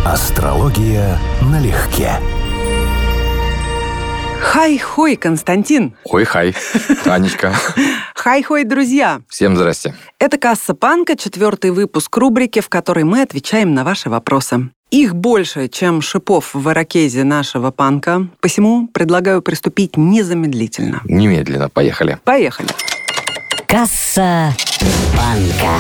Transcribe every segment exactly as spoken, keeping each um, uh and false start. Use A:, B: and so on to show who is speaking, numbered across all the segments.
A: Астрология налегке.
B: Хай-хой, Константин.
C: Хой-хай, Анечка.
B: Хай-хой, друзья.
C: Всем здрасте.
B: Это «Касса Панка», четвертый выпуск рубрики, в которой мы отвечаем на ваши вопросы. Их больше, чем шипов в ирокезе нашего панка, посему предлагаю приступить незамедлительно.
C: Немедленно, поехали.
B: Поехали.
D: Касса Панка.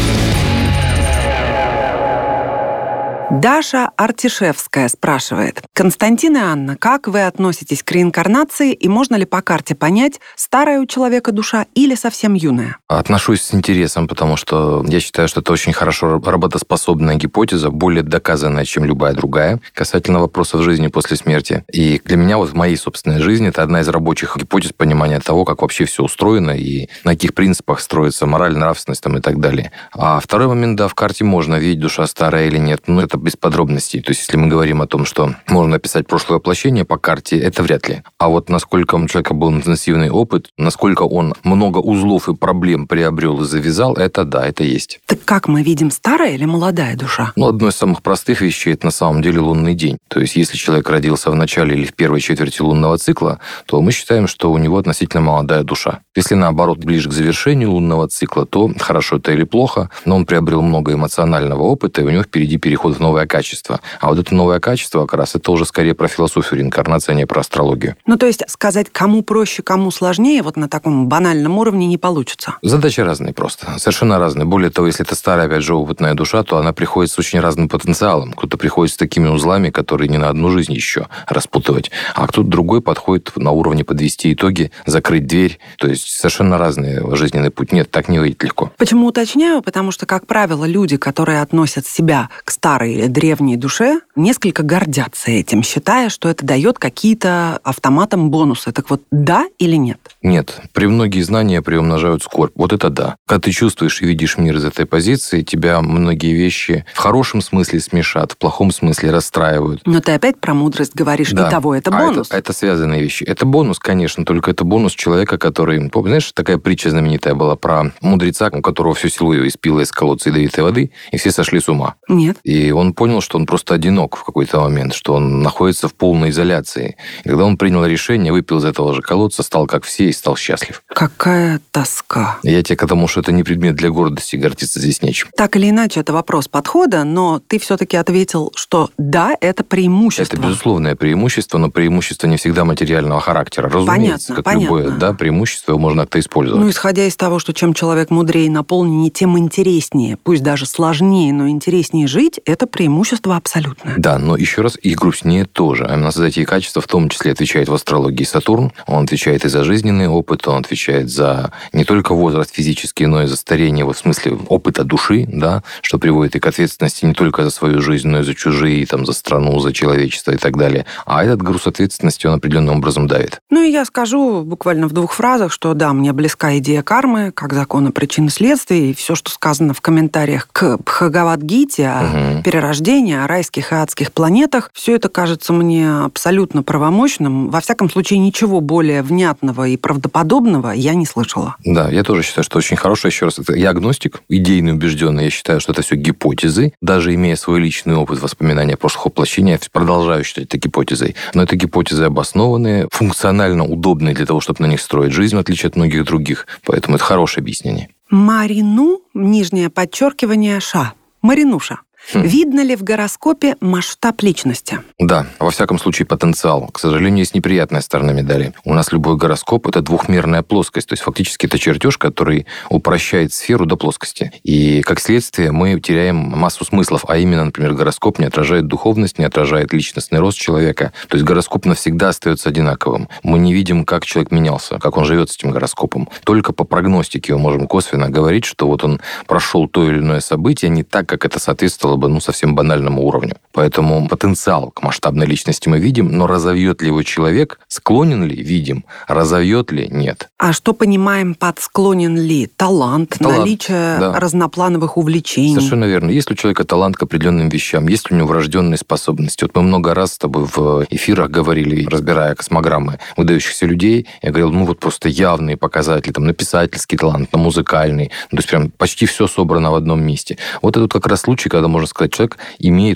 B: Даша Артишевская спрашивает: Константин и Анна, как вы относитесь к реинкарнации и можно ли по карте понять, старая у человека душа или совсем юная?
C: Отношусь с интересом, потому что я считаю, что это очень хорошо работоспособная гипотеза, более доказанная, чем любая другая, касательно вопросов жизни после смерти. И для меня вот в моей собственной жизни это одна из рабочих гипотез понимания того, как вообще все устроено и на каких принципах строится мораль, нравственность там, и так далее. А второй момент, да, в карте можно видеть, душа старая или нет, но это без подробностей. То есть, если мы говорим о том, что можно описать прошлое воплощение по карте, это вряд ли. А вот насколько у человека был интенсивный опыт, насколько он много узлов и проблем приобрел и завязал, это да, это есть.
B: Так как мы видим, старая или молодая душа?
C: Ну, одно из самых простых вещей – это на самом деле лунный день. То есть, если человек родился в начале или в первой четверти лунного цикла, то мы считаем, что у него относительно молодая душа. Если, наоборот, ближе к завершению лунного цикла, то хорошо это или плохо, но он приобрел много эмоционального опыта, и у него впереди переход в новое качество. А вот это новое качество как раз это уже скорее про философию реинкарнации, а не про астрологию.
B: Ну, то есть сказать, кому проще, кому сложнее, вот на таком банальном уровне не получится.
C: Задачи разные просто. Совершенно разные. Более того, если это старая, опять же, опытная душа, то она приходит с очень разным потенциалом. Кто-то приходит с такими узлами, которые не на одну жизнь еще распутывать, а кто-то другой подходит на уровне подвести итоги, закрыть дверь. То есть совершенно разный жизненный путь. Нет, так не выйдет легко.
B: Почему уточняю? Потому что, как правило, люди, которые относят себя к старой или древней душе, несколько гордятся этим, считая, что это дает какие-то автоматом бонусы. Так вот, да или нет?
C: Нет. При многие знания приумножают скорбь. Вот это да. Когда ты чувствуешь и видишь мир из этой позиции, тебя многие вещи в хорошем смысле смешат, в плохом смысле расстраивают.
B: Но ты опять про мудрость говоришь.
C: Да.
B: И того, это бонус.
C: А это, это связанные вещи. Это бонус, конечно, только это бонус человека, который... Знаешь, такая притча знаменитая была про мудреца, у которого всю силу испило из колодца ядовитой воды, и все сошли с ума.
B: Нет.
C: И он понял, что он просто одинок в какой-то момент, что он находится в полной изоляции. И когда он принял решение, выпил из этого же колодца, стал как все и стал счастлив.
B: Какая тоска.
C: Я тебе к тому, что это не предмет для гордости, гордиться здесь нечем.
B: Так или иначе, это вопрос подхода, но ты все-таки ответил, что да, это преимущество.
C: Это безусловное преимущество, но преимущество не всегда материального характера. Разумеется,
B: понятно,
C: как
B: понятно.
C: любое да, преимущество, его можно как-то использовать.
B: Ну, исходя из того, что чем человек мудрее и наполненнее, тем интереснее, пусть даже сложнее, но интереснее жить, это преимущество абсолютное.
C: Да, но еще раз, и грустнее тоже. А именно за эти качества в том числе отвечает в астрологии Сатурн. Он отвечает и за жизненный опыт, он отвечает за не только возраст физический, но и за старение, вот в смысле опыта души, да, что приводит и к ответственности не только за свою жизнь, но и за чужие, там, за страну, за человечество и так далее. А этот груз ответственности он определенным образом давит.
B: Ну и я скажу буквально в двух фразах, что да, мне близка идея кармы, как закона причин и следствий, и все, что сказано в комментариях к Бхагавад-гите, о угу. перерождении, о райских и адских планетах, все это кажется мне абсолютно правомочным. Во всяком случае, ничего более внятного и правдоподобного я не слышала.
C: Да, я тоже считаю, что очень хорошее. Еще раз, я агностик, идейно убежденный. Я считаю, что это все гипотезы. Даже имея свой личный опыт воспоминания прошлых воплощений, я продолжаю считать это гипотезой. Но это гипотезы обоснованные, функционально удобные для того, чтобы на них строить жизнь, в отличие от многих других. Поэтому это хорошее объяснение.
B: Марину, нижнее подчеркивание, ша. Маринуша. Хм. Видно ли в гороскопе масштаб личности?
C: Да, во всяком случае потенциал. К сожалению, есть неприятная сторона медали. У нас любой гороскоп – это двухмерная плоскость. То есть фактически это чертеж, который упрощает сферу до плоскости. И как следствие мы теряем массу смыслов. А именно, например, гороскоп не отражает духовность, не отражает личностный рост человека. То есть гороскоп навсегда остается одинаковым. Мы не видим, как человек менялся, как он живет с этим гороскопом. Только по прогностике мы можем косвенно говорить, что вот он прошел то или иное событие не так, как это соответствовало бы ну, совсем банальному уровню. Поэтому потенциал к масштабной личности мы видим, но разовьет ли его человек, склонен ли, видим, разовьет ли, нет.
B: А что понимаем под склонен ли? Талант,
C: талант
B: наличие
C: да.
B: разноплановых увлечений?
C: Совершенно верно. Есть ли у человека талант к определенным вещам, есть ли у него врожденные способности. Вот мы много раз с тобой в эфирах говорили, разбирая космограммы выдающихся людей, я говорил, ну вот просто явные показатели, там, на писательский талант, на музыкальный, ну, то есть прям почти все собрано в одном месте. Вот это вот как раз случай, когда можно сказать, человек имеет, он одарен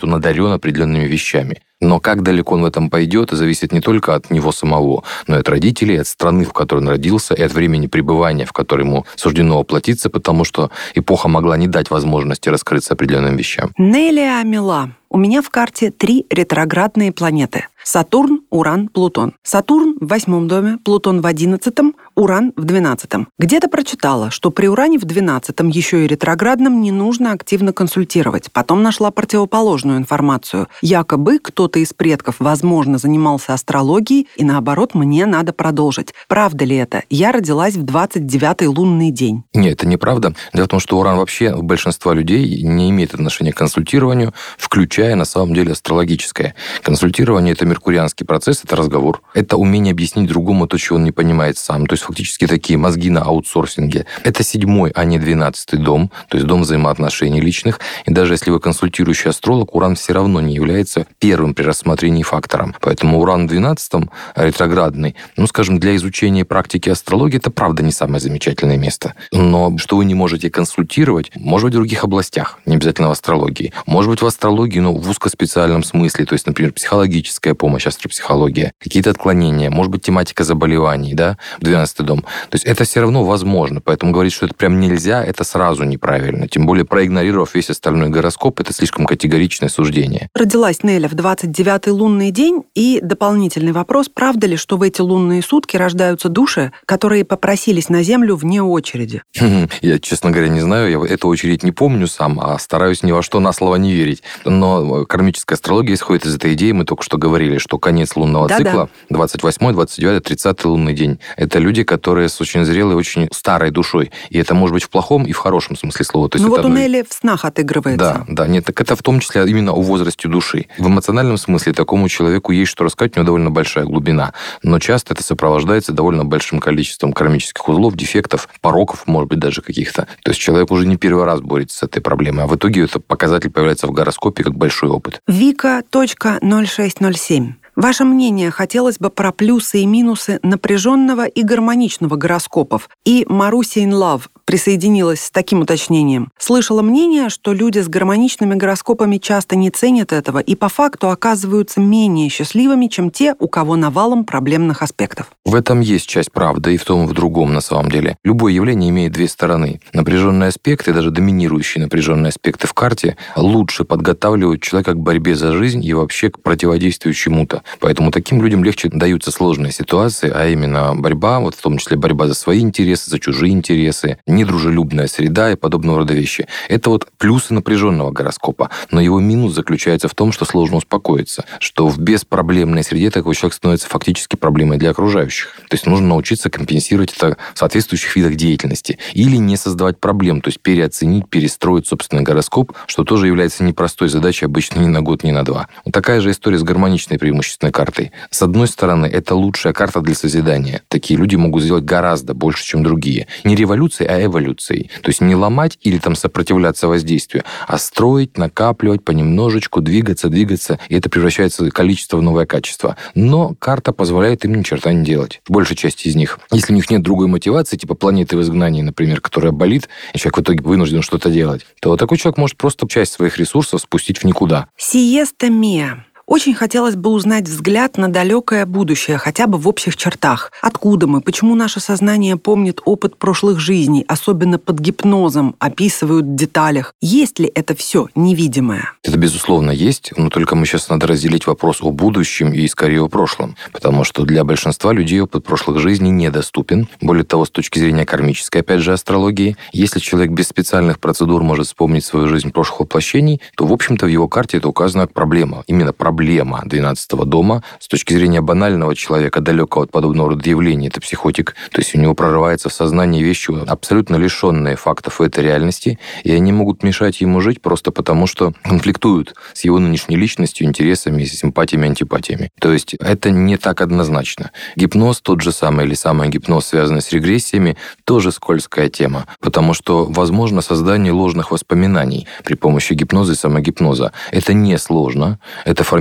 C: наделен определенными вещами. Но как далеко он в этом пойдет, зависит не только от него самого, но и от родителей, от страны, в которой он родился, и от времени пребывания, в которой ему суждено воплотиться, потому что эпоха могла не дать возможности раскрыться определенным вещам.
B: Нелия Амила. У меня в карте три ретроградные планеты. Сатурн, Уран, Плутон. Сатурн в восьмом доме, Плутон в одиннадцатом, Уран в двенадцатом. Где-то прочитала, что при Уране в двенадцатом, еще и ретроградном, не нужно активно консультировать. Потом нашла противоположную информацию. Якобы кто-то из предков, возможно, занимался астрологией, и наоборот, мне надо продолжить. Правда ли это? Я родилась в двадцать девятый лунный день.
C: Нет, это неправда. Дело в том, что Уран вообще у большинства людей не имеет отношения к консультированию, включая на самом деле астрологическое. Консультирование – это меркурианский процесс, это разговор. Это умение объяснить другому то, чего он не понимает сам. То есть фактически такие мозги на аутсорсинге. Это седьмой, а не двенадцатый дом, то есть дом взаимоотношений личных. И даже если вы консультирующий астролог, Уран все равно не является первым при рассмотрении фактором. Поэтому Уран в двенадцатом, ретроградный, ну, скажем, для изучения практики астрологии, это правда не самое замечательное место. Но что вы не можете консультировать, может быть, в других областях, не обязательно в астрологии. Может быть, в астрологии, но в узкоспециальном смысле, то есть, например, психологическая помощь, астропсихология, какие-то отклонения, может быть, тематика заболеваний, да, двенадцатый дом. То есть это все равно возможно, поэтому говорить, что это прям нельзя, это сразу неправильно. Тем более, проигнорировав весь остальной гороскоп, это слишком категоричное суждение.
B: Родилась Неля в двадцать девятый лунный день, и дополнительный вопрос, правда ли, что в эти лунные сутки рождаются души, которые попросились на Землю вне очереди?
C: Я, честно говоря, не знаю, я эту очередь не помню сам, а стараюсь ни во что на слово не верить. Но кармическая астрология исходит из этой идеи, мы только что говорили, что конец лунного
B: Да-да.
C: цикла, двадцать восьмой, двадцать девятый, тридцатый лунный день, это люди, которые с очень зрелой, очень старой душой. И это может быть в плохом и в хорошем смысле слова. То есть
B: Ну вот
C: это
B: у
C: одно-
B: Нелли в снах отыгрывается.
C: Да, да, нет, так это в том числе именно о возрасте души. В эмоциональном смысле такому человеку есть что рассказать, у него довольно большая глубина. Но часто это сопровождается довольно большим количеством кармических узлов, дефектов, пороков, может быть, даже каких-то. То есть человек уже не первый раз борется с этой проблемой, а в итоге этот показатель появляется в гороскопе как большой опыт.
B: Вика ноль шесть ноль семь. Ваше мнение хотелось бы про плюсы и минусы напряженного и гармоничного гороскопов. И Маруся in Love присоединилась с таким уточнением. Слышала мнение, что люди с гармоничными гороскопами часто не ценят этого и по факту оказываются менее счастливыми, чем те, у кого навалом проблемных аспектов.
C: В этом есть часть правды, и в том, и в другом на самом деле. Любое явление имеет две стороны. Напряженные аспекты, даже доминирующие напряженные аспекты в карте, лучше подготавливают человека к борьбе за жизнь и вообще к противодействию чему-то. Поэтому таким людям легче даются сложные ситуации, а именно борьба, вот в том числе борьба за свои интересы, за чужие интересы, недружелюбная среда и подобного рода вещи. Это вот плюсы напряженного гороскопа. Но его минус заключается в том, что сложно успокоиться, что в беспроблемной среде такой человек становится фактически проблемой для окружающих. То есть нужно научиться компенсировать это в соответствующих видах деятельности. Или не создавать проблем, то есть переоценить, перестроить собственный гороскоп, что тоже является непростой задачей обычно ни на год, ни на два. Вот такая же история с гармоничной преимущественной картой. С одной стороны, это лучшая карта для созидания. Такие люди могут сделать гораздо больше, чем другие. Не революцией, а эволюцией. То есть не ломать или там сопротивляться воздействию, а строить, накапливать, понемножечку, двигаться, двигаться, и это превращается количество в новое качество. Но карта позволяет им ни черта не делать. В большей части из них. Если у них нет другой мотивации, типа планеты в изгнании, например, которая болит, и человек в итоге вынужден что-то делать, то такой человек может просто часть своих ресурсов спустить в никуда.
B: Сиеста Мия. Очень хотелось бы узнать взгляд на далекое будущее, хотя бы в общих чертах. Откуда мы, почему наше сознание помнит опыт прошлых жизней, особенно под гипнозом, описывают в деталях. Есть ли это все невидимое?
C: Это, безусловно, есть, но только мы сейчас надо разделить вопрос о будущем и, скорее, о прошлом. Потому что для большинства людей опыт прошлых жизней недоступен. Более того, с точки зрения кармической, опять же, астрологии, если человек без специальных процедур может вспомнить свою жизнь прошлых воплощений, то, в общем-то, в его карте это указано как проблема. Именно проблема. Проблема двенадцатого дома. С точки зрения банального человека, далекого от подобного рода явлений, это психотик. То есть у него прорывается в сознание вещи, абсолютно лишенные фактов этой реальности, и они могут мешать ему жить просто потому, что конфликтуют с его нынешней личностью, интересами, симпатиями, антипатиями. То есть это не так однозначно. Гипноз тот же самый или самый гипноз, связанный с регрессиями, тоже скользкая тема, потому что возможно создание ложных воспоминаний при помощи гипноза и самогипноза. Это несложно, это формируется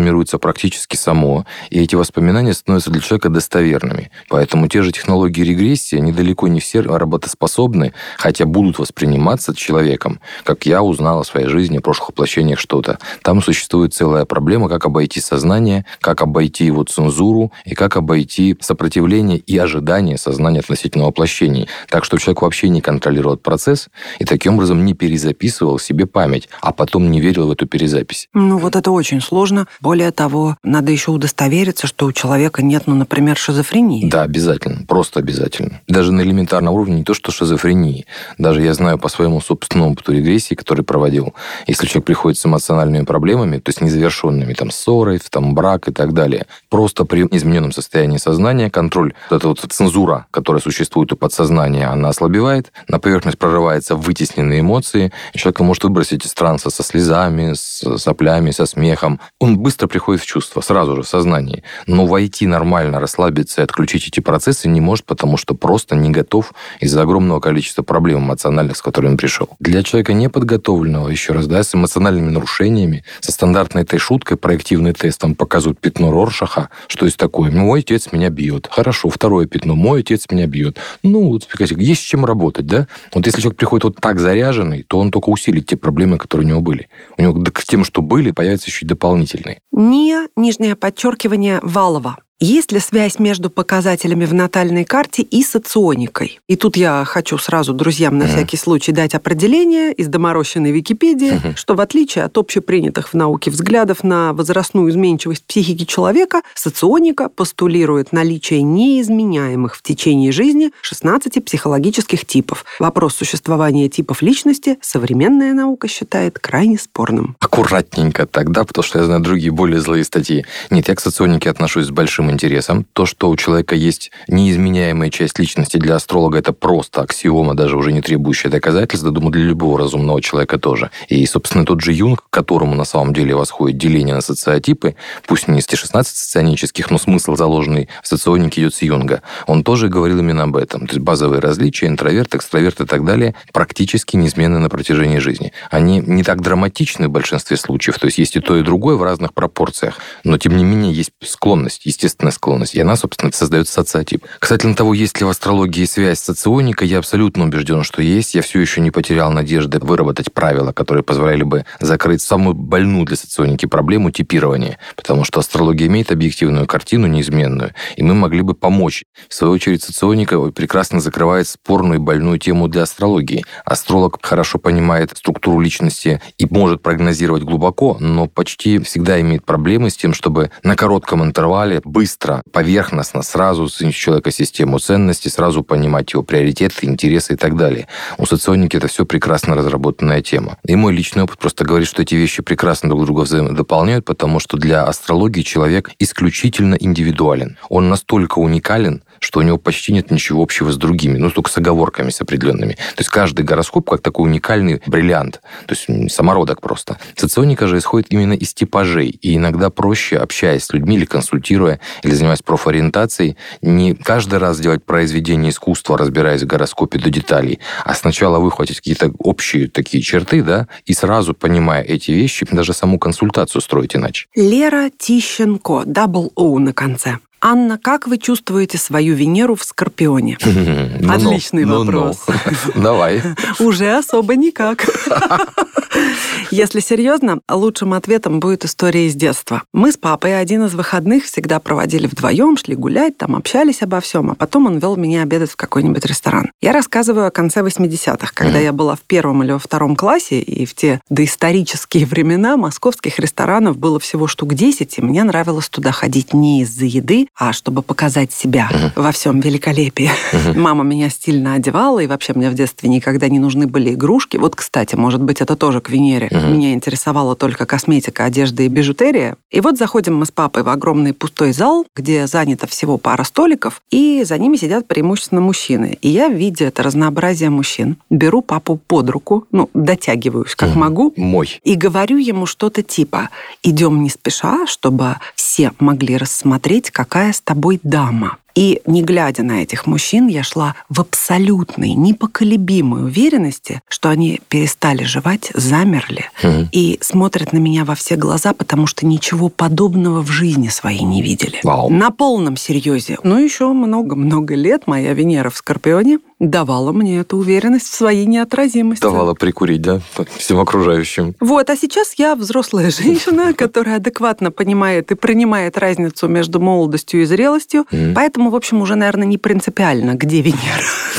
C: формируется практически само, и эти воспоминания становятся для человека достоверными. Поэтому те же технологии регрессии, они далеко не все работоспособны, хотя будут восприниматься человеком, как я узнал о своей жизни, о прошлых воплощениях что-то. Там существует целая проблема, как обойти сознание, как обойти его цензуру и как обойти сопротивление и ожидание сознания относительно воплощений. Так что человек вообще не контролирует процесс и таким образом не перезаписывал себе память, а потом не верил в эту перезапись.
B: Ну вот это очень сложно. Более того, надо еще удостовериться, что у человека нет, ну, например, шизофрении.
C: Да, обязательно. Просто обязательно. Даже на элементарном уровне не то, что шизофрении. Даже я знаю по своему собственному опыту регрессии, который проводил, если человек приходит с эмоциональными проблемами, то есть незавершенными, там, ссорой, там, брак и так далее, просто при измененном состоянии сознания контроль, вот эта вот цензура, которая существует у подсознания, она ослабевает, на поверхность прорываются вытесненные эмоции, и человек может выбросить из транса со слезами, с соплями, со смехом. Он быстро приходит в чувство, сразу же в сознании. Но войти нормально, расслабиться и отключить эти процессы не может, потому что просто не готов из-за огромного количества проблем эмоциональных, с которыми он пришел. Для человека неподготовленного, еще раз, да, с эмоциональными нарушениями, со стандартной этой шуткой, проективный тест, там показывают пятно Роршаха, что есть такое. Мой отец меня бьет. Хорошо, второе пятно. Мой отец меня бьет. Ну, вот, есть с чем работать, да? Вот если человек приходит вот так заряженный, то он только усилит те проблемы, которые у него были. У него к тем, что были, появятся еще и дополнительные.
B: Не, нижнее подчеркивание, Валова. Есть ли связь между показателями в натальной карте и соционикой? И тут я хочу сразу друзьям на mm-hmm. всякий случай дать определение из доморощенной Википедии, mm-hmm. что в отличие от общепринятых в науке взглядов на возрастную изменчивость психики человека, соционика постулирует наличие неизменяемых в течение жизни шестнадцати психологических типов. Вопрос существования типов личности современная наука считает крайне спорным.
C: Аккуратненько тогда, потому что я знаю другие более злые статьи. Нет, я к соционике отношусь с большим интересом. То, что у человека есть неизменяемая часть личности, для астролога это просто аксиома, даже уже не требующая доказательств, думаю, для любого разумного человека тоже. И, собственно, тот же Юнг, к которому на самом деле восходит деление на социотипы, пусть не из тех шестнадцати соционических, но смысл, заложенный в соционике, идет с Юнга, он тоже говорил именно об этом. То есть базовые различия, интроверт, экстраверт и так далее, практически неизменны на протяжении жизни. Они не так драматичны в большинстве случаев, то есть есть и то, и другое в разных пропорциях, но, тем не менее, есть склонность, естественная склонность, и она, собственно, создает социотип. Касательно того, есть ли в астрологии связь с соционикой, я абсолютно убежден, что есть. Я все еще не потерял надежды выработать правила, которые позволяли бы закрыть самую больную для соционики проблему типирования, потому что астрология имеет объективную картину неизменную, и мы могли бы помочь. В свою очередь, соционика прекрасно закрывает спорную и больную тему для астрологии. Астролог хорошо понимает структуру личности и может прогнозировать глубоко, но почти всегда имеет проблемы с тем, чтобы на коротком интервале быстро, поверхностно, сразу оценить человека систему ценностей, сразу понимать его приоритеты, интересы и так далее. У соционики это все прекрасно разработанная тема. И мой личный опыт просто говорит, что эти вещи прекрасно друг друга взаимодополняют, потому что для астрологии человек исключительно индивидуален. Он настолько уникален, что у него почти нет ничего общего с другими, ну, только с оговорками, с определенными. То есть каждый гороскоп как такой уникальный бриллиант, то есть самородок просто. Соционика же исходит именно из типажей, и иногда проще, общаясь с людьми или консультируя, или занимаясь профориентацией, не каждый раз делать произведение искусства, разбираясь в гороскопе до деталей, а сначала выхватить какие-то общие такие черты, да, и сразу, понимая эти вещи, даже саму консультацию строить иначе.
B: Лера Тищенко, дабл О на конце. Анна, как вы чувствуете свою Венеру в Скорпионе? Отличный вопрос.
C: Давай.
B: Уже особо никак. Если серьезно, лучшим ответом будет история из детства. Мы с папой один из выходных всегда проводили вдвоем, шли гулять, там общались обо всем, а потом он вел меня обедать в какой-нибудь ресторан. Я рассказываю о конце восьмидесятых, когда я была в первом или во втором классе, и в те доисторические времена московских ресторанов было всего штук десять, и мне нравилось туда ходить не из-за еды, а чтобы показать себя uh-huh. во всем великолепии. Uh-huh. Мама меня стильно одевала, и вообще мне в детстве никогда не нужны были игрушки. Вот, кстати, может быть, это тоже к Венере. Uh-huh. Меня интересовала только косметика, одежда и бижутерия. И вот заходим мы с папой в огромный пустой зал, где занято всего пара столиков, и за ними сидят преимущественно мужчины. И я, видя это разнообразие мужчин, беру папу под руку, ну, дотягиваюсь как uh-huh. могу,
C: Мой.
B: и говорю ему что-то типа «Идем не спеша, чтобы все могли рассмотреть, какая с тобой дама». И, не глядя на этих мужчин, я шла в абсолютной, непоколебимой уверенности, что они перестали жевать, замерли mm-hmm. и смотрят на меня во все глаза, потому что ничего подобного в жизни своей не видели.
C: Wow.
B: На полном серьезе. Ну, еще много-много лет моя Венера в Скорпионе давала мне эту уверенность в своей неотразимости.
C: Давала прикурить, да, всем окружающим.
B: Вот, а сейчас я взрослая женщина, которая адекватно понимает и принимает разницу между молодостью и зрелостью, mm-hmm. поэтому, в общем, уже, наверное, не принципиально, где Венера.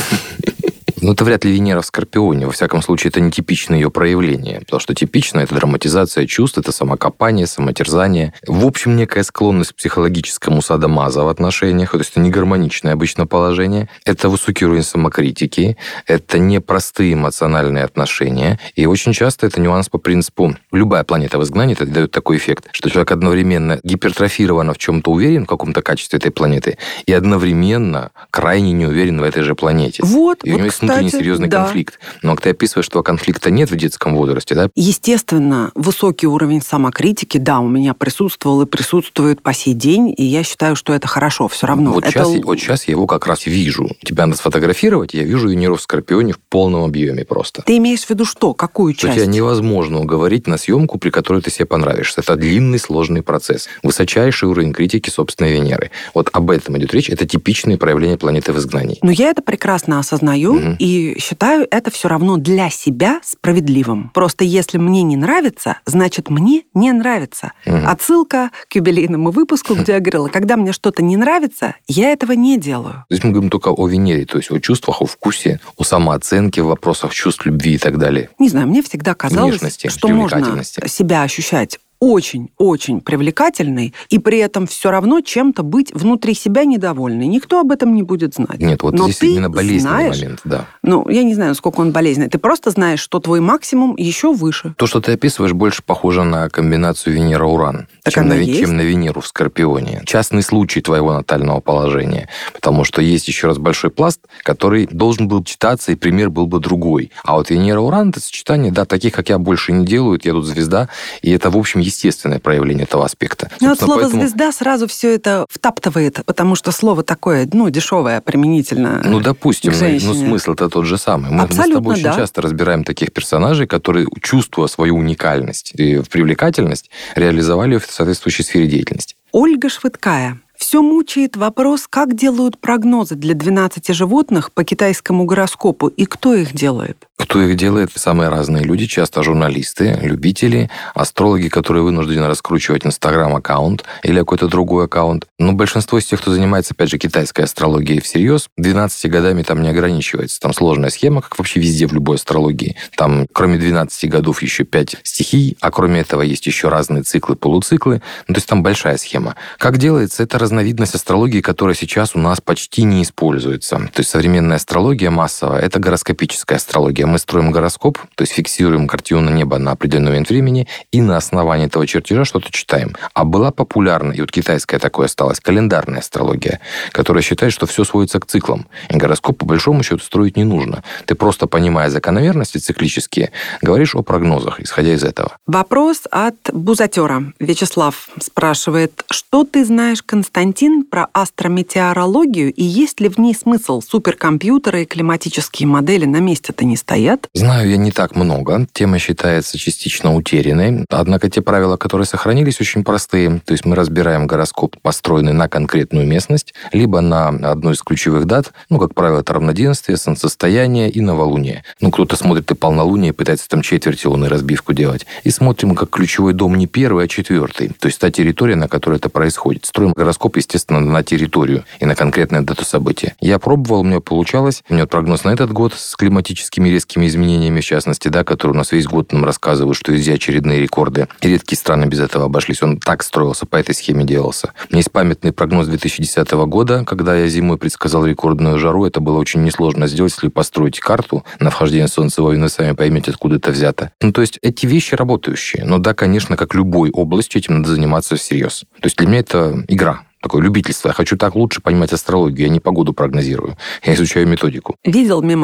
C: Ну, это вряд ли Венера в Скорпионе. Во всяком случае, это не типичное ее проявление. Потому что типично это драматизация чувств, это самокопание, самотерзание. В общем, некая склонность к психологическому садомаза в отношениях. То есть это негармоничное обычно положение. Это высокий уровень самокритики. Это непростые эмоциональные отношения. И очень часто это нюанс по принципу. Любая планета в изгнании это дает такой эффект, что человек одновременно гипертрофированно в чем-то уверен, в каком-то качестве этой планеты, и одновременно крайне не уверен в этой же планете.
B: Вот,
C: и у него
B: вот,
C: есть внутренний серьезный
B: да.
C: конфликт. Но ты описываешь, что конфликта нет в детском возрасте, да?
B: Естественно, высокий уровень самокритики, да, у меня присутствовал и присутствует по сей день, и я считаю, что это хорошо все равно.
C: Вот,
B: это...
C: сейчас, вот сейчас я его как раз вижу. Тебя надо сфотографировать, я вижу Венеру в Скорпионе в полном объеме просто.
B: Ты имеешь в виду что? Какую часть?
C: Что тебя невозможно уговорить на съемку, при которой ты себе понравишься. Это длинный, сложный процесс. Высочайший уровень критики собственной Венеры. Вот об этом идет речь. Это типичные проявления планеты в изгнании.
B: Но я это прекрасно осознаю угу. и считаю это все равно для себя справедливым. Просто если мне не нравится, значит, мне не нравится. Угу. Отсылка к юбилейному выпуску, где я говорила, когда мне что-то не нравится, я этого не делаю.
C: То есть мы говорим только о Венере, то есть о чувствах, о вкусе, о самооценке, в вопросах чувств, любви и так далее.
B: Не знаю, мне всегда казалось,
C: внешности,
B: что можно себя ощущать очень-очень привлекательной и при этом все равно чем-то быть внутри себя недовольной. Никто об этом не будет знать.
C: Нет, вот
B: Но
C: здесь
B: ты
C: именно болезненный
B: знаешь,
C: момент, да.
B: Ну, я не знаю, насколько он болезненный. Ты просто знаешь, что твой максимум еще выше.
C: То, что ты описываешь, больше похоже на комбинацию Венера-Уран, чем на, чем на Венеру в Скорпионе. Частный случай твоего натального положения. Потому что есть еще раз большой пласт, который должен был читаться, и пример был бы другой. А вот Венера-Уран — это сочетание, да, таких, как я, больше не делают, я тут звезда, и это, в общем, естественное проявление этого аспекта.
B: Ну, вот слово
C: поэтому...
B: «звезда» сразу все это втаптывает, потому что слово такое, ну, дешевое применительно.
C: Ну, допустим, но смысл-то тот же самый. Мы, мы с тобой очень
B: да.
C: часто разбираем таких персонажей, которые, чувствуя свою уникальность и привлекательность, реализовали ее в соответствующей сфере деятельности.
B: Ольга Швыдкая. Все мучает вопрос, как делают прогнозы для двенадцати животных по китайскому гороскопу и кто их делает?
C: Кто их делает? Самые разные люди, часто журналисты, любители, астрологи, которые вынуждены раскручивать Инстаграм-аккаунт или какой-то другой аккаунт. Но большинство из тех, кто занимается, опять же, китайской астрологией всерьез, двенадцатью годами там не ограничивается. Там сложная схема, как вообще везде в любой астрологии. Там кроме двенадцати годов еще пять стихий, а кроме этого есть еще разные циклы, полуциклы. Ну, то есть там большая схема. Как делается? Это разновидность астрологии, которая сейчас у нас почти не используется. То есть современная астрология массовая — это гороскопическая астрология. Мы строим гороскоп, то есть фиксируем картину неба на определенный момент времени и на основании этого чертежа что-то читаем. А была популярна, и вот китайская такое осталась, календарная астрология, которая считает, что все сводится к циклам. И гороскоп, по большому счету, строить не нужно. Ты просто, понимая закономерности циклические, говоришь о прогнозах, исходя из этого.
B: Вопрос от бузатера. Вячеслав спрашивает, что ты знаешь, Константин, про астрометеорологию, и есть ли в ней смысл? Суперкомпьютеры и климатические модели на месте-то не стоят?
C: Знаю я не так много. Тема считается частично утерянной. Однако те правила, которые сохранились, очень простые. То есть мы разбираем гороскоп, построенный на конкретную местность, либо на одну из ключевых дат. Ну, как правило, это равноденствие, солнцестояние и новолуние. Ну, кто-то смотрит и полнолуние, пытается там четверти луны разбивку делать. И смотрим, как ключевой дом не первый, а четвертый. То есть та территория, на которой это происходит. Строим гороскоп, естественно, на территорию и на конкретную дату события. Я пробовал, у меня получалось. У меня прогноз на этот год с климатическими резкими изменениями, в частности, да, которые у нас весь год нам рассказывают, что везде очередные рекорды. И редкие страны без этого обошлись. Он так строился, по этой схеме делался. У меня есть памятный прогноз две тысячи десятого года, когда я зимой предсказал рекордную жару. Это было очень несложно сделать, если построить карту на вхождение Солнца в Овен, вы сами поймете, откуда это взято. Ну, то есть эти вещи работающие. Но да, конечно, как любой областью, этим надо заниматься всерьез. То есть для меня это игра. Такое любительство. Я хочу так лучше понимать астрологию. Я не погоду прогнозирую. Я изучаю методику.
B: Видел мемас?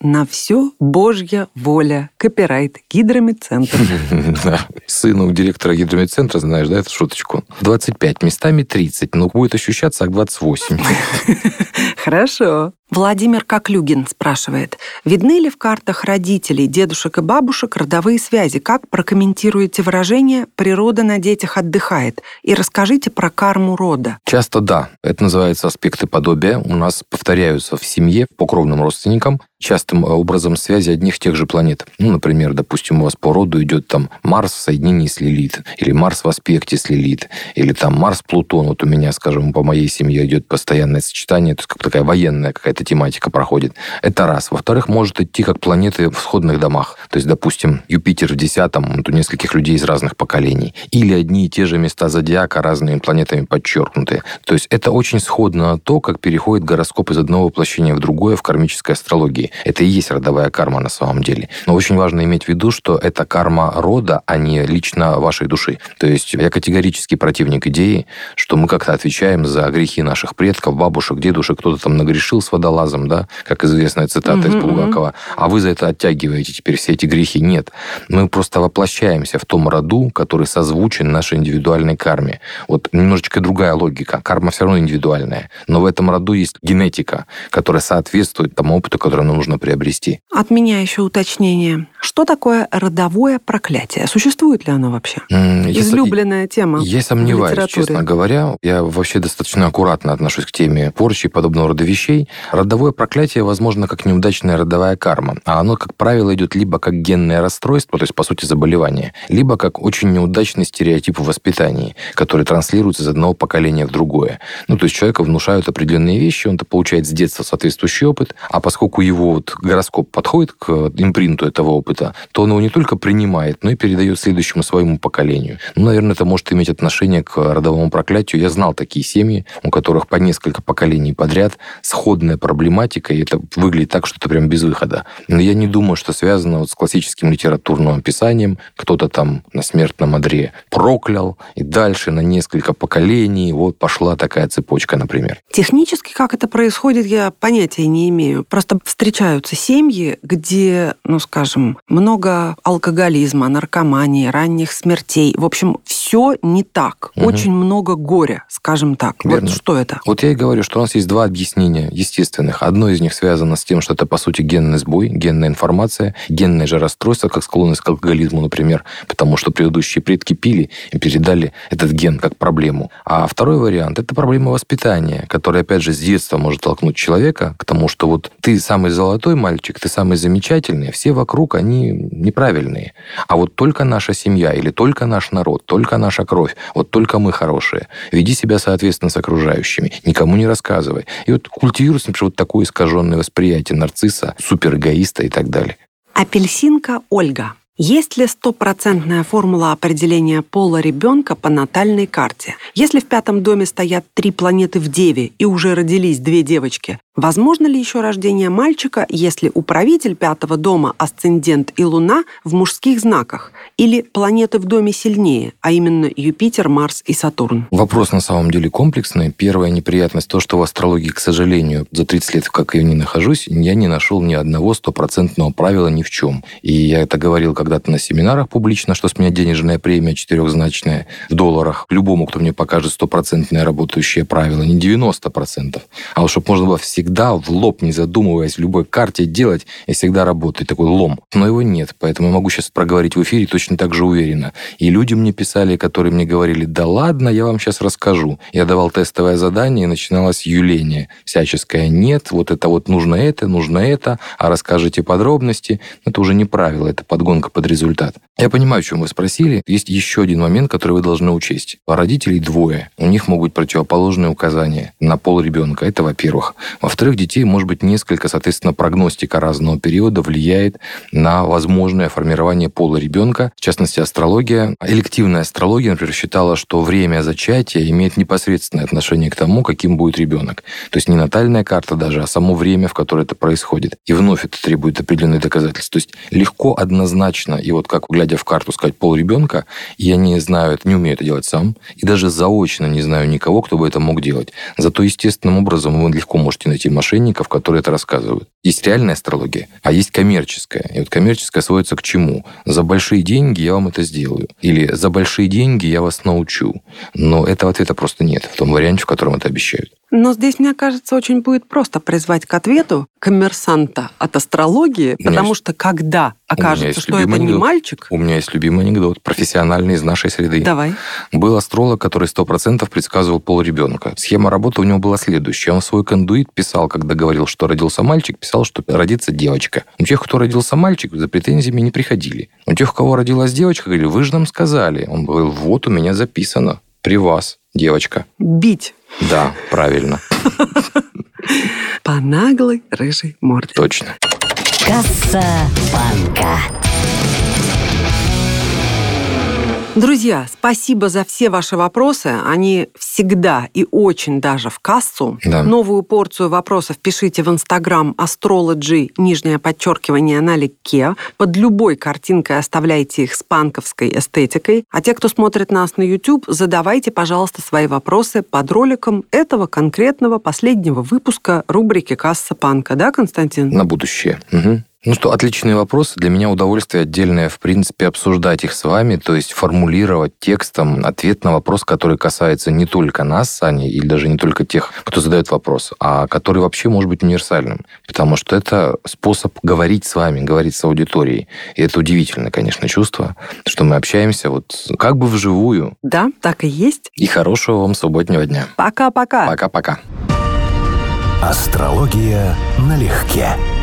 B: на все Божья воля. Копирайт. Гидромедцентр.
C: Сыну директора гидромедцентра, знаешь, да, эту шуточку? двадцать пять, местами тридцать, но будет ощущаться как двадцать восемь.
B: Хорошо. Владимир Коклюгин спрашивает, видны ли в картах родителей, дедушек и бабушек родовые связи? Как прокомментируете выражение «природа на детях отдыхает»? И расскажите про карму рода.
C: Часто да. Это называется аспекты подобия. У нас повторяются в семье по кровным родственникам частым образом связи одних и тех же планет. Ну, например, допустим, у вас по роду идет там Марс в соединении с Лилит, или Марс в аспекте с Лилит, или там Марс-Плутон. Вот у меня, скажем, по моей семье идет постоянное сочетание, то есть как такая военная какая-то тематика проходит. Это раз. Во-вторых, может идти как планеты в сходных домах. То есть, допустим, Юпитер в десятом, вот у нескольких людей из разных поколений. Или одни и те же места зодиака разными планетами подчеркнуты. То есть это очень сходно на то, как переходит гороскоп из одного воплощения в другое в кармической астрологии. Это и есть родовая карма на самом деле. Но очень важно иметь в виду, что это карма рода, а не лично вашей души. То есть я категорически противник идеи, что мы как-то отвечаем за грехи наших предков, бабушек, дедушек, кто-то там нагрешил с водолазом, да, как известная цитата uh-huh, из Булгакова, uh-huh. а вы за это оттягиваете теперь все эти грехи. Нет. Мы просто воплощаемся в том роду, который созвучен нашей индивидуальной карме. Вот немножечко другая логика. Карма все равно индивидуальная. Но в этом роду есть генетика, которая соответствует тому опыту, который нам нужно приобрести.
B: От меня еще уточнение. Что такое родовое проклятие? Существует ли оно вообще?
C: Mm,
B: Излюбленная
C: я,
B: тема.
C: Я сомневаюсь, честно говоря. Я вообще достаточно аккуратно отношусь к теме порчи и подобного рода вещей. Родовое проклятие, возможно, как неудачная родовая карма. А оно, как правило, идет либо как генное расстройство, то есть, по сути, заболевание, либо как очень неудачный стереотип в воспитании, который транслируется из одного поколения в другое. Ну, то есть, человеку внушают определенные вещи, он-то получает с детства соответствующий опыт, а поскольку его вот гороскоп подходит к импринту этого опыта, то он его не только принимает, но и передает следующему своему поколению. Ну, наверное, это может иметь отношение к родовому проклятию. Я знал такие семьи, у которых по несколько поколений подряд сходная проблематика, и это выглядит так, что это прям без выхода. Но я не думаю, что связано вот с классическим литературным описанием. Кто-то там на смертном одре проклял, и дальше на несколько поколений вот пошла такая цепочка, например.
B: Технически, как это происходит, я понятия не имею. Просто встречаются семьи, где, ну, скажем, много алкоголизма, наркомании, ранних смертей. В общем, все не так. Угу. Очень много горя, скажем так.
C: Верно.
B: Вот что это?
C: Вот я и говорю, что у нас есть два объяснения естественных. Одно из них связано с тем, что это, по сути, генный сбой, генная информация, генное же расстройство, как склонность к алкоголизму, например, потому что предыдущие предки пили и передали этот ген как проблему. А второй вариант – это проблема воспитания, которая, опять же, с детства может толкнуть человека к тому, что вот ты самый золотой мальчик, ты самый замечательный, все вокруг, они неправильные. А вот только наша семья или только наш народ, только наша кровь, вот только мы хорошие. Веди себя, соответственно, с окружающими. Никому не рассказывай. И вот культивируется, например, вот такое искаженное восприятие нарцисса, суперэгоиста и так далее.
B: Апельсинка Ольга. Есть ли стопроцентная формула определения пола ребенка по натальной карте? Если в пятом доме стоят три планеты в Деве и уже родились две девочки, возможно ли еще рождение мальчика, если управитель пятого дома, асцендент и Луна в мужских знаках? Или планеты в доме сильнее, а именно Юпитер, Марс и Сатурн?
C: Вопрос на самом деле комплексный. Первая неприятность то, что в астрологии, к сожалению, за тридцать лет, как я в ней нахожусь, я не нашел ни одного стопроцентного правила ни в чем. И я это говорил когда-то на семинарах публично, что с меня денежная премия четырехзначная в долларах. Любому, кто мне покажет стопроцентное работающее правило, не девяносто процентов. А вот чтобы можно было всегда в лоб, не задумываясь, в любой карте делать, и всегда работать. Такой лом. Но его нет. Поэтому я могу сейчас проговорить в эфире точно так же уверенно. И люди мне писали, которые мне говорили: да ладно, я вам сейчас расскажу. Я давал тестовое задание, и начиналось юление всяческое. Нет, вот это вот нужно это, нужно это, а расскажите подробности. Это уже не правило, это подгонка под результат. Я понимаю, о чем вы спросили. Есть еще один момент, который вы должны учесть. Родителей двое. У них могут быть противоположные указания на пол ребенка. Это во-первых. Во-вторых, детей может быть несколько, соответственно, прогностика разного периода влияет на возможное формирование пола ребенка. В частности, астрология. Элективная астрология, например, считала, что время зачатия имеет непосредственное отношение к тому, каким будет ребенок. То есть не натальная карта даже, а само время, в которое это происходит. И вновь это требует определенных доказательств. То есть легко однозначно точно. И вот как, глядя в карту, сказать пол ребенка, я не знаю, не умею это делать сам. И даже заочно не знаю никого, кто бы это мог делать. Зато естественным образом вы легко можете найти мошенников, которые это рассказывают. Есть реальная астрология, а есть коммерческая. И вот коммерческая сводится к чему? За большие деньги я вам это сделаю. Или за большие деньги я вас научу. Но этого ответа просто нет в том варианте, в котором это обещают.
B: Но здесь, мне кажется, очень будет просто призвать к ответу коммерсанта от астрологии, потому
C: есть...
B: что когда окажется, что это
C: анекдот.
B: не мальчик...
C: У меня есть любимый анекдот, профессиональный из нашей среды.
B: Давай.
C: Был астролог, который сто процентов предсказывал пол ребенка. Схема работы у него была следующая. Он в свой кондуит писал, когда говорил, что родился мальчик, писал, что родится девочка. У тех, кто родился мальчик, за претензиями не приходили. У тех, у кого родилась девочка, говорили, вы же нам сказали. Он говорил, вот у меня записано, при вас девочка.
B: Бить.
C: Да, правильно.
B: По наглой рыжей морде.
C: Точно.
D: Касса банка.
B: Друзья, спасибо за все ваши вопросы. Они всегда и очень даже в кассу.
C: Да.
B: Новую порцию вопросов пишите в Instagram astrology, нижнее подчеркивание налегке. Под любой картинкой оставляйте их с панковской эстетикой. А те, кто смотрит нас на YouTube, задавайте, пожалуйста, свои вопросы под роликом этого конкретного последнего выпуска рубрики «Касса панка». Да, Константин?
C: На будущее. Угу. Ну что, отличные вопросы. Для меня удовольствие отдельное, в принципе, обсуждать их с вами, то есть формулировать текстом ответ на вопрос, который касается не только нас с Аней, или даже не только тех, кто задает вопрос, а который вообще может быть универсальным. Потому что это способ говорить с вами, говорить с аудиторией. И это удивительное, конечно, чувство, что мы общаемся вот как бы вживую.
B: Да, так и есть.
C: И хорошего вам субботнего дня.
B: Пока-пока.
C: Пока-пока.
A: Астрология налегке.